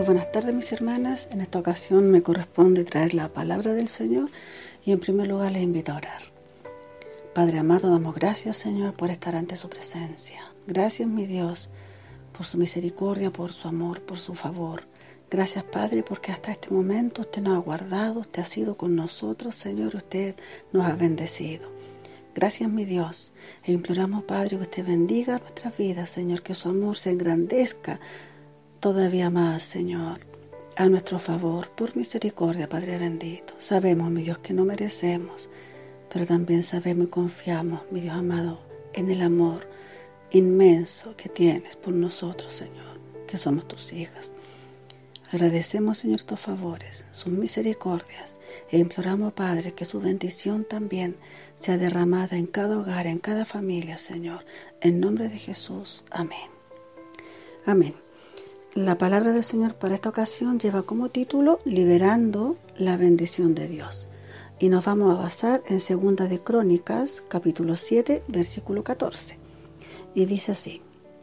buenas tardes, mis hermanas. En esta ocasión me corresponde traer la palabra del Señor y en primer lugar les invito a orar. Padre amado, damos gracias, Señor, por estar ante su presencia. Gracias, mi Dios, por su misericordia, por su amor, por su favor. Gracias, Padre, porque hasta este momento usted nos ha guardado, usted ha sido con nosotros, Señor, usted nos ha bendecido. Gracias, mi Dios, e imploramos, Padre, que usted bendiga nuestras vidas, Señor, que su amor se engrandezca todavía más, Señor, a nuestro favor, por misericordia, Padre bendito. Sabemos, mi Dios, que no merecemos, pero también sabemos y confiamos, mi Dios amado, en el amor inmenso que tienes por nosotros, Señor, que somos tus hijas. Agradecemos, Señor, tus favores, sus misericordias, e imploramos, Padre, que su bendición también sea derramada en cada hogar, en cada familia, Señor, en nombre de Jesús. Amén. Amén. La palabra del Señor para esta ocasión lleva como título Liberando la bendición de Dios. Y nos vamos a basar en 2 de Crónicas, capítulo 7, versículo 14. Y dice así: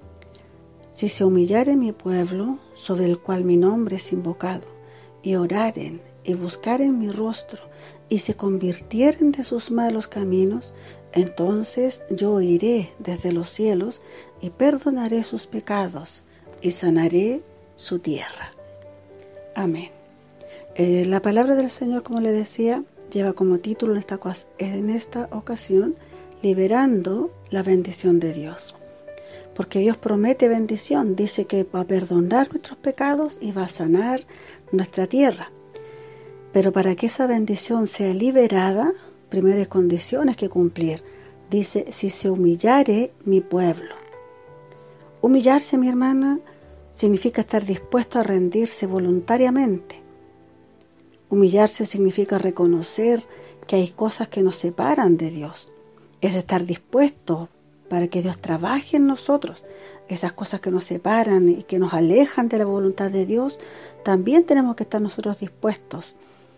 Si se humillare mi pueblo, sobre el cual mi nombre es invocado, y oraren y buscaren mi rostro, y se convirtieren de sus malos caminos, entonces yo oiré desde los cielos y perdonaré sus pecados y sanaré su tierra. Amén. La palabra del Señor, como le decía, lleva como título en esta ocasión Liberando la bendición de Dios. Porque Dios promete bendición, dice que va a perdonar nuestros pecados y va a sanar nuestra tierra. Pero para que esa bendición sea liberada, primero hay condiciones que cumplir. Dice, si se humillare mi pueblo. Humillarse, mi hermana, significa estar dispuesto a rendirse voluntariamente. Humillarse significa reconocer que hay cosas que nos separan de Dios. Es estar dispuesto para que Dios trabaje en nosotros. Esas cosas que nos separan y que nos alejan de la voluntad de Dios, también tenemos que estar nosotros dispuestos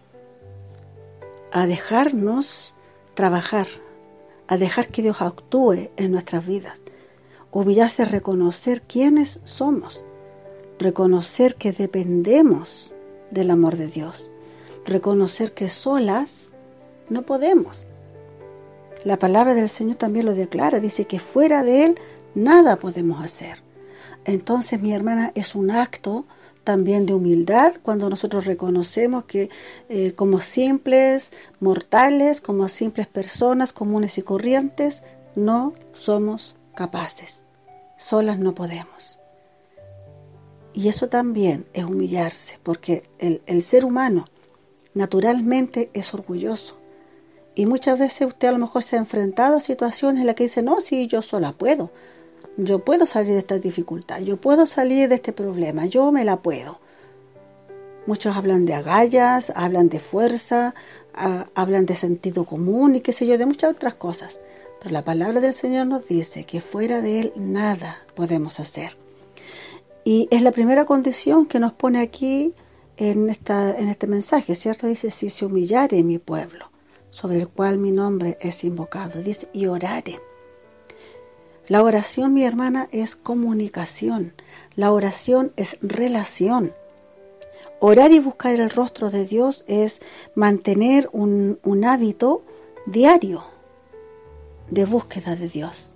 a dejarnos trabajar, a dejar que Dios actúe en nuestras vidas. Humillarse es reconocer quiénes somos, reconocer que dependemos del amor de Dios, reconocer que solas no podemos. La palabra del Señor también lo declara, dice que fuera de Él nada podemos hacer. Entonces, mi hermana, es un acto también de humildad cuando nosotros reconocemos que como simples mortales, como simples personas comunes y corrientes, no somos capaces. Solas no podemos. Y eso también es humillarse, porque el ser humano naturalmente es orgulloso. Y muchas veces usted a lo mejor se ha enfrentado a situaciones en las que dice, no, sí, yo sola puedo. Yo puedo salir de esta dificultad, yo puedo salir de este problema, yo me la puedo. Muchos hablan de agallas, hablan de fuerza, hablan de sentido común y qué sé yo, de muchas otras cosas. Pero la palabra del Señor nos dice que fuera de Él nada podemos hacer. Y es la primera condición que nos pone aquí en este mensaje, ¿cierto? Dice, si se humillare mi pueblo, sobre el cual mi nombre es invocado. Dice, y orare. La oración, mi hermana, es comunicación. La oración es relación. Orar y buscar el rostro de Dios es mantener un hábito diario de búsqueda de Dios.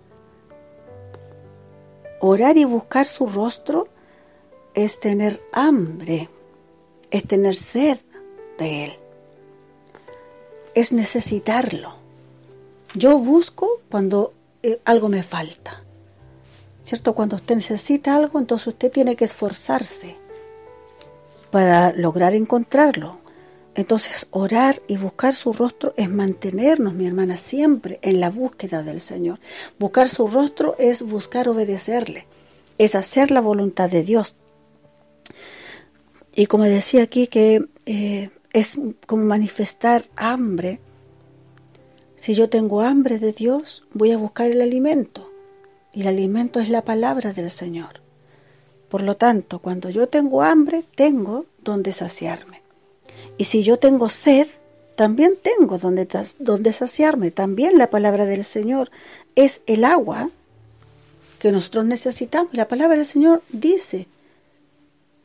Orar y buscar su rostro es tener hambre, es tener sed de Él, es necesitarlo. Yo busco cuando algo me falta, ¿cierto? Cuando usted necesita algo, entonces usted tiene que esforzarse para lograr encontrarlo. Entonces, orar y buscar su rostro es mantenernos, mi hermana, siempre en la búsqueda del Señor. Buscar su rostro es buscar obedecerle, es hacer la voluntad de Dios. Y como decía aquí, que es como manifestar hambre. Si yo tengo hambre de Dios, voy a buscar el alimento. Y el alimento es la palabra del Señor. Por lo tanto, cuando yo tengo hambre, tengo donde saciarme. Y si yo tengo sed, también tengo donde saciarme. También la palabra del Señor es el agua que nosotros necesitamos. Y la palabra del Señor dice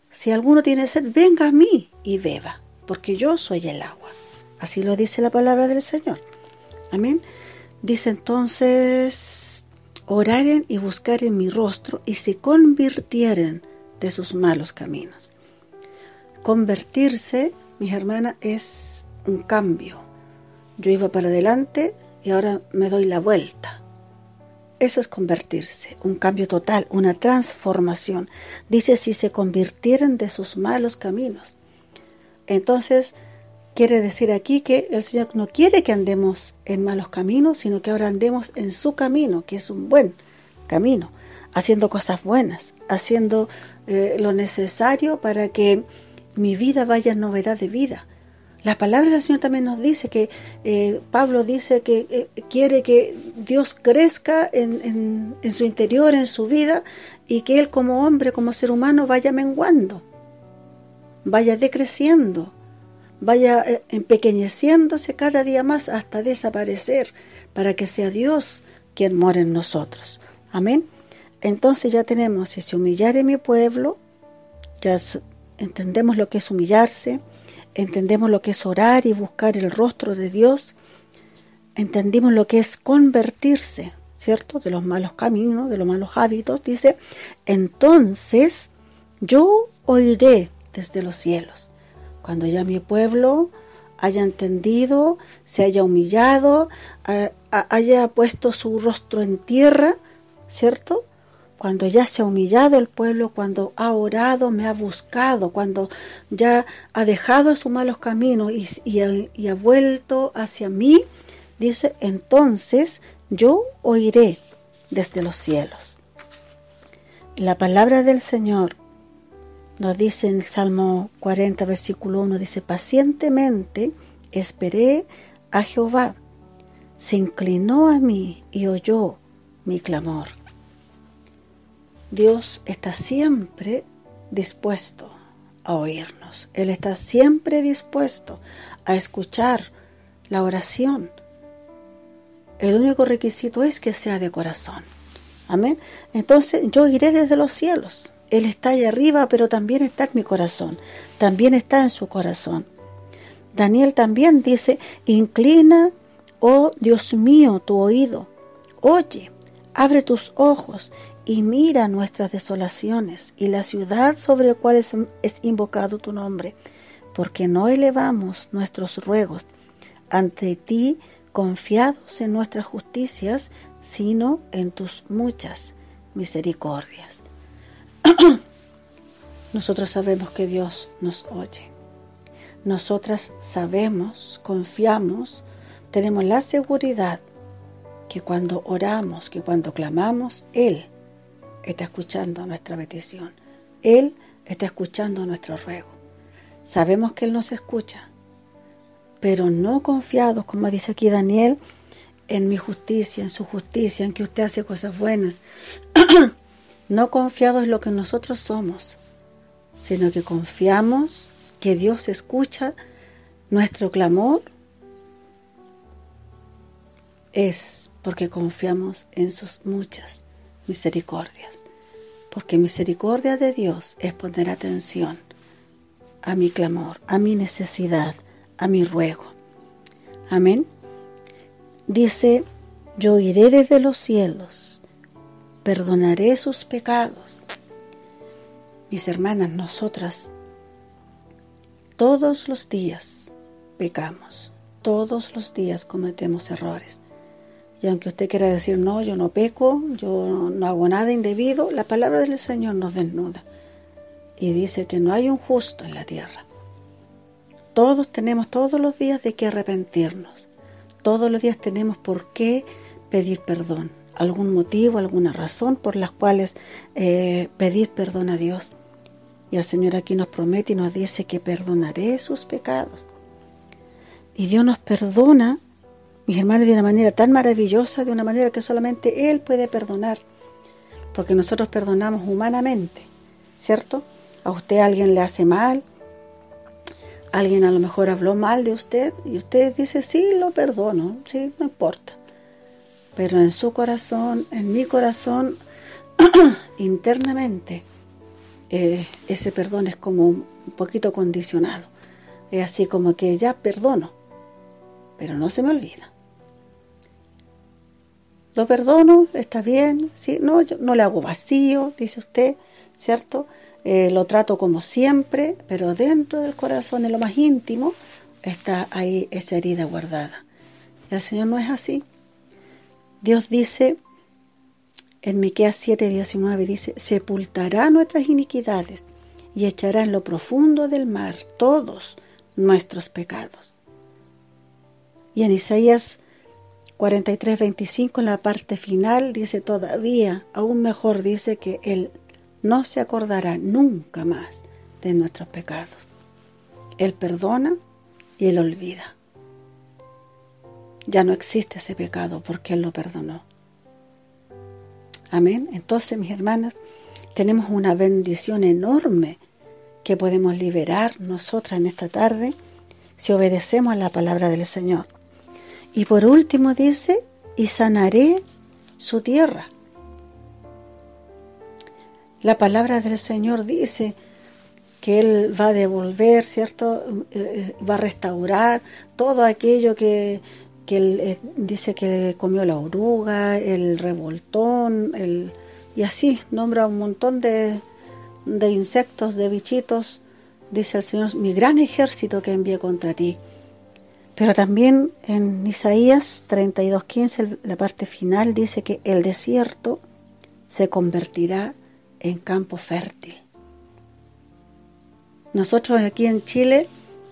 si alguno tiene sed, venga a mí y beba, porque yo soy el agua. Así lo dice la palabra del Señor. Amén. Dice entonces, oraren y buscaren mi rostro y se convirtieren de sus malos caminos. Convertirse, mis hermanas, es un cambio. Yo iba para adelante y ahora me doy la vuelta. Eso es convertirse, un cambio total, una transformación. Dice, si se convirtieran de sus malos caminos. Entonces, quiere decir aquí que el Señor no quiere que andemos en malos caminos, sino que ahora andemos en su camino, que es un buen camino, haciendo cosas buenas, haciendo lo necesario para que mi vida vaya en novedad de vida. La palabra del Señor también nos dice que Pablo dice que quiere que Dios crezca en su interior, en su vida, y que Él como hombre, como ser humano, vaya menguando, vaya decreciendo, vaya empequeñeciéndose cada día más hasta desaparecer, para que sea Dios quien mora en nosotros. Amén. Entonces ya tenemos, si se humillare mi pueblo, ya entendemos lo que es humillarse, entendemos lo que es orar y buscar el rostro de Dios, entendimos lo que es convertirse, ¿cierto? De los malos caminos, de los malos hábitos. Dice, entonces yo oiré desde los cielos. Cuando ya mi pueblo haya entendido, se haya humillado, haya puesto su rostro en tierra, ¿cierto? Cuando ya se ha humillado el pueblo, cuando ha orado, me ha buscado, cuando ya ha dejado sus malos caminos y ha vuelto hacia mí, dice, entonces yo oiré desde los cielos. La palabra del Señor nos dice en el Salmo 40, versículo 1, dice, pacientemente esperé a Jehová, se inclinó a mí y oyó mi clamor. Dios está siempre dispuesto a oírnos. Él está siempre dispuesto a escuchar la oración. El único requisito es que sea de corazón. Amén. Entonces yo iré desde los cielos. Él está ahí arriba, pero también está en mi corazón. También está en su corazón. Daniel también dice, inclina, oh Dios mío, tu oído. Oye, abre tus ojos y mira nuestras desolaciones y la ciudad sobre la cual es invocado tu nombre, porque no elevamos nuestros ruegos ante ti confiados en nuestras justicias, sino en tus muchas misericordias. Nosotros sabemos que Dios nos oye. Nosotras sabemos, confiamos, tenemos la seguridad que cuando oramos, que cuando clamamos, Él está escuchando nuestra petición. Él está escuchando nuestro ruego. Sabemos que Él nos escucha, pero no confiados, como dice aquí Daniel, en mi justicia, en su justicia, en que usted hace cosas buenas. No confiados en lo que nosotros somos, sino que confiamos que Dios escucha nuestro clamor. Es porque confiamos en sus muchas misericordias, porque misericordia de Dios es poner atención a mi clamor, a mi necesidad, a mi ruego. Amén. Dice, yo iré desde los cielos, perdonaré sus pecados. Mis hermanas, nosotras todos los días pecamos, todos los días cometemos errores. Y aunque usted quiera decir, no, yo no peco, yo no hago nada indebido, la palabra del Señor nos desnuda. Y dice que no hay un justo en la tierra. Todos tenemos todos los días de qué arrepentirnos. Todos los días tenemos por qué pedir perdón. Algún motivo, alguna razón por las cuales pedir perdón a Dios. Y el Señor aquí nos promete y nos dice que perdonaré sus pecados. Y Dios nos perdona, mis hermanos, de una manera tan maravillosa, de una manera que solamente Él puede perdonar, porque nosotros perdonamos humanamente, ¿cierto? A usted alguien le hace mal, alguien a lo mejor habló mal de usted, y usted dice, sí, lo perdono, sí, no importa. Pero en su corazón, en mi corazón, internamente, ese perdón es como un poquito condicionado. Es así como que ya perdono, pero no se me olvida. Lo perdono, está bien, ¿sí? No, yo no le hago vacío, dice usted, ¿cierto? Lo trato como siempre, pero dentro del corazón, en lo más íntimo, está ahí esa herida guardada. El Señor no es así. Dios dice, en Miqueas 7:19, dice, sepultará nuestras iniquidades y echará en lo profundo del mar todos nuestros pecados. Y en Isaías 43:25, en la parte final, dice todavía, aún mejor, dice que Él no se acordará nunca más de nuestros pecados. Él perdona y Él olvida. Ya no existe ese pecado porque Él lo perdonó. Amén. Entonces, mis hermanas, tenemos una bendición enorme que podemos liberar nosotras en esta tarde si obedecemos a la palabra del Señor. Y por último dice, y sanaré su tierra. La palabra del Señor dice que Él va a devolver, ¿cierto? Va a restaurar todo aquello que Él dice que comió la oruga, el revoltón, y así nombra un montón de insectos, de bichitos. Dice el Señor, mi gran ejército que envié contra ti. Pero también en Isaías 32:15, la parte final, dice que el desierto se convertirá en campo fértil. Nosotros aquí en Chile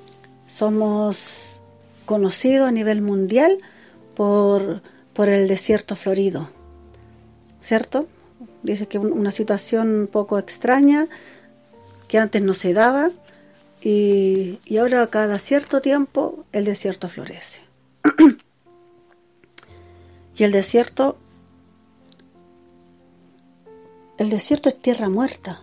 somos conocidos a nivel mundial por el desierto florido, ¿cierto? Dice que una situación un poco extraña que antes no se daba y ahora cada cierto tiempo el desierto florece. Y el desierto es tierra muerta.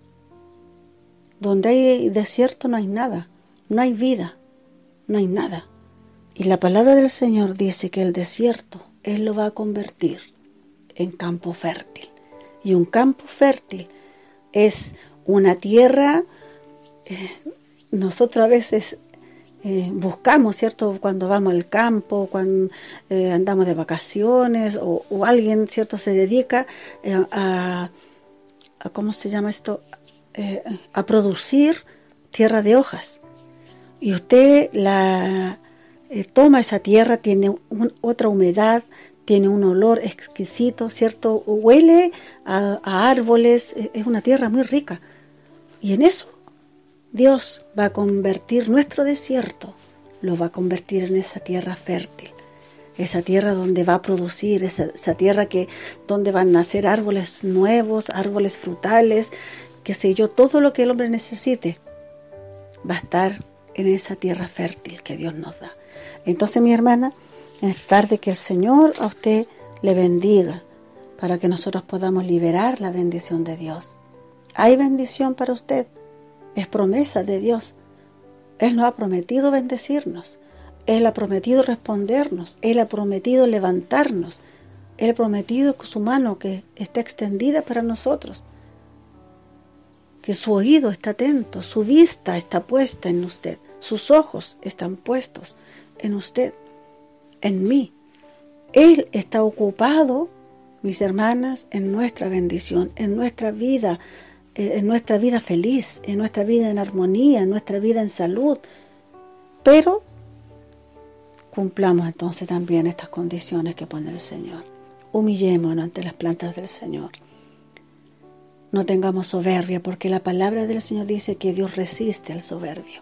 Donde hay desierto no hay nada, no hay vida, no hay nada. Y la palabra del Señor dice que el desierto Él lo va a convertir en campo fértil. Y un campo fértil es una tierra, nosotros a veces buscamos, ¿cierto? Cuando vamos al campo, cuando andamos de vacaciones o alguien, ¿cierto? Se dedica a ¿cómo se llama esto? A producir tierra de hojas. Y usted toma esa tierra, tiene otra humedad, tiene un olor exquisito, ¿cierto? Huele a árboles, es una tierra muy rica. Y en eso Dios va a convertir nuestro desierto, lo va a convertir en esa tierra fértil. Esa tierra donde va a producir, esa tierra donde van a nacer árboles nuevos, árboles frutales, qué sé yo, todo lo que el hombre necesite va a estar en esa tierra fértil que Dios nos da. Entonces, mi hermana, en esta tarde que el Señor a usted le bendiga para que nosotros podamos liberar la bendición de Dios. Hay bendición para usted, es promesa de Dios. Él nos ha prometido bendecirnos, Él ha prometido respondernos, Él ha prometido levantarnos, Él ha prometido que su mano que está extendida para nosotros, que su oído está atento, su vista está puesta en usted, sus ojos están puestos en usted, en mí. Él está ocupado, mis hermanas, en nuestra bendición, en nuestra vida feliz, en nuestra vida en armonía, en nuestra vida en salud. Pero cumplamos entonces también estas condiciones que pone el Señor. Humillémonos ante las plantas del Señor. No tengamos soberbia, porque la palabra del Señor dice que Dios resiste al soberbio.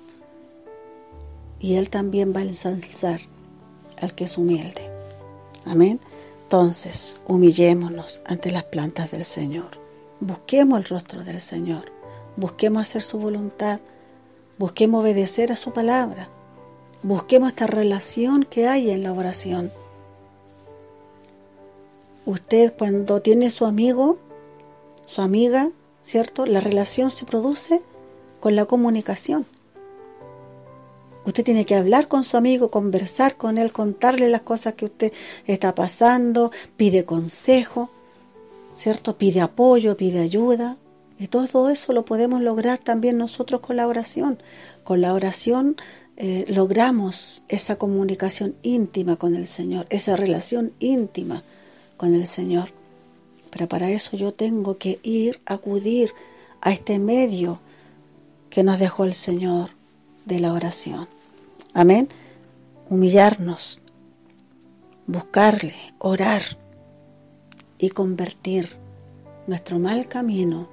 Y Él también va a ensalzar al que es humilde. Amén. Entonces, humillémonos ante las plantas del Señor. Busquemos el rostro del Señor. Busquemos hacer su voluntad. Busquemos obedecer a su palabra. Busquemos esta relación que hay en la oración. Usted cuando tiene su amigo, su amiga, ¿cierto? La relación se produce con la comunicación. Usted tiene que hablar con su amigo, conversar con él, contarle las cosas que usted está pasando, pide consejo, ¿cierto? Pide apoyo, pide ayuda. Y todo eso lo podemos lograr también nosotros con la oración. Con la oración logramos esa comunicación íntima con el Señor, esa relación íntima con el Señor. Pero para eso yo tengo que acudir a este medio que nos dejó el Señor de la oración. Amén. Humillarnos, buscarle, orar y convertir nuestro mal camino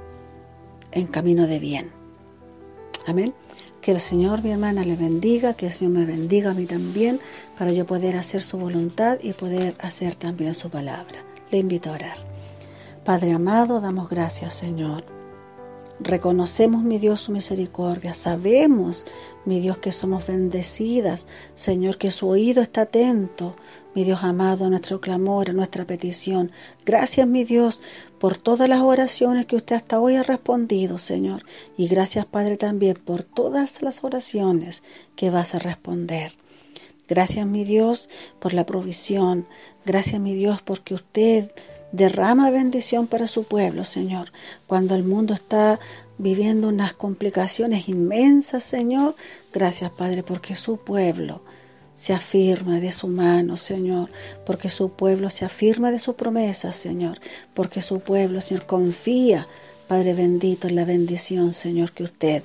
en camino de bien. Amén. Que el Señor, mi hermana, le bendiga, que el Señor me bendiga a mí también, para yo poder hacer su voluntad y poder hacer también su palabra. Le invito a orar. Padre amado, damos gracias, Señor. Reconocemos, mi Dios, su misericordia. Sabemos, mi Dios, que somos bendecidas. Señor, que su oído está atento, mi Dios amado, a nuestro clamor, a nuestra petición. Gracias, mi Dios, por todas las oraciones que usted hasta hoy ha respondido, Señor. Y gracias, Padre, también por todas las oraciones que vas a responder. Gracias, mi Dios, por la provisión. Gracias, mi Dios, porque usted derrama bendición para su pueblo, Señor. Cuando el mundo está viviendo unas complicaciones inmensas, Señor, gracias, Padre, porque su pueblo se afirma de su mano, Señor, porque su pueblo se afirma de su promesa, Señor, porque su pueblo, Señor, confía, Padre bendito, en la bendición, Señor, que usted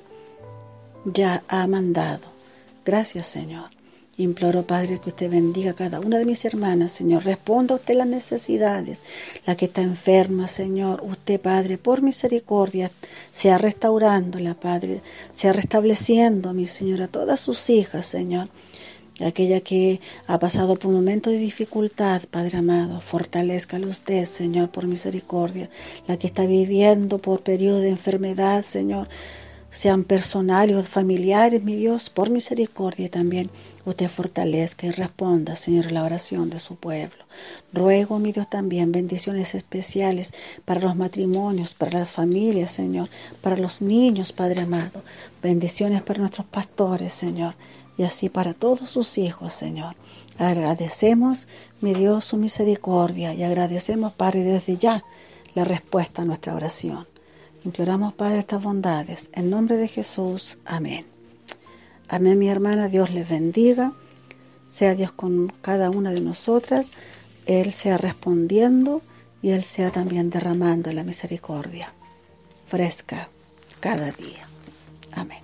ya ha mandado. Gracias, Señor. Imploro, Padre, que usted bendiga a cada una de mis hermanas, Señor. Responda a usted las necesidades. La que está enferma, Señor, usted, Padre, por misericordia, sea restaurándola, Padre, sea restableciendo, mi Señor, a todas sus hijas, Señor. Aquella que ha pasado por un momento de dificultad, Padre amado, fortalézcala usted, Señor, por misericordia. La que está viviendo por periodo de enfermedad, Señor, sean personales o familiares, mi Dios, por misericordia también usted fortalezca y responda, Señor, a la oración de su pueblo. Ruego, mi Dios, también bendiciones especiales para los matrimonios, para las familias, Señor, para los niños, Padre amado. Bendiciones para nuestros pastores, Señor, y así para todos sus hijos, Señor. Agradecemos, mi Dios, su misericordia y agradecemos, Padre, desde ya la respuesta a nuestra oración. Imploramos, Padre, estas bondades. En nombre de Jesús. Amén. Amén, mi hermana. Dios les bendiga. Sea Dios con cada una de nosotras. Él sea respondiendo y Él sea también derramando la misericordia fresca cada día. Amén.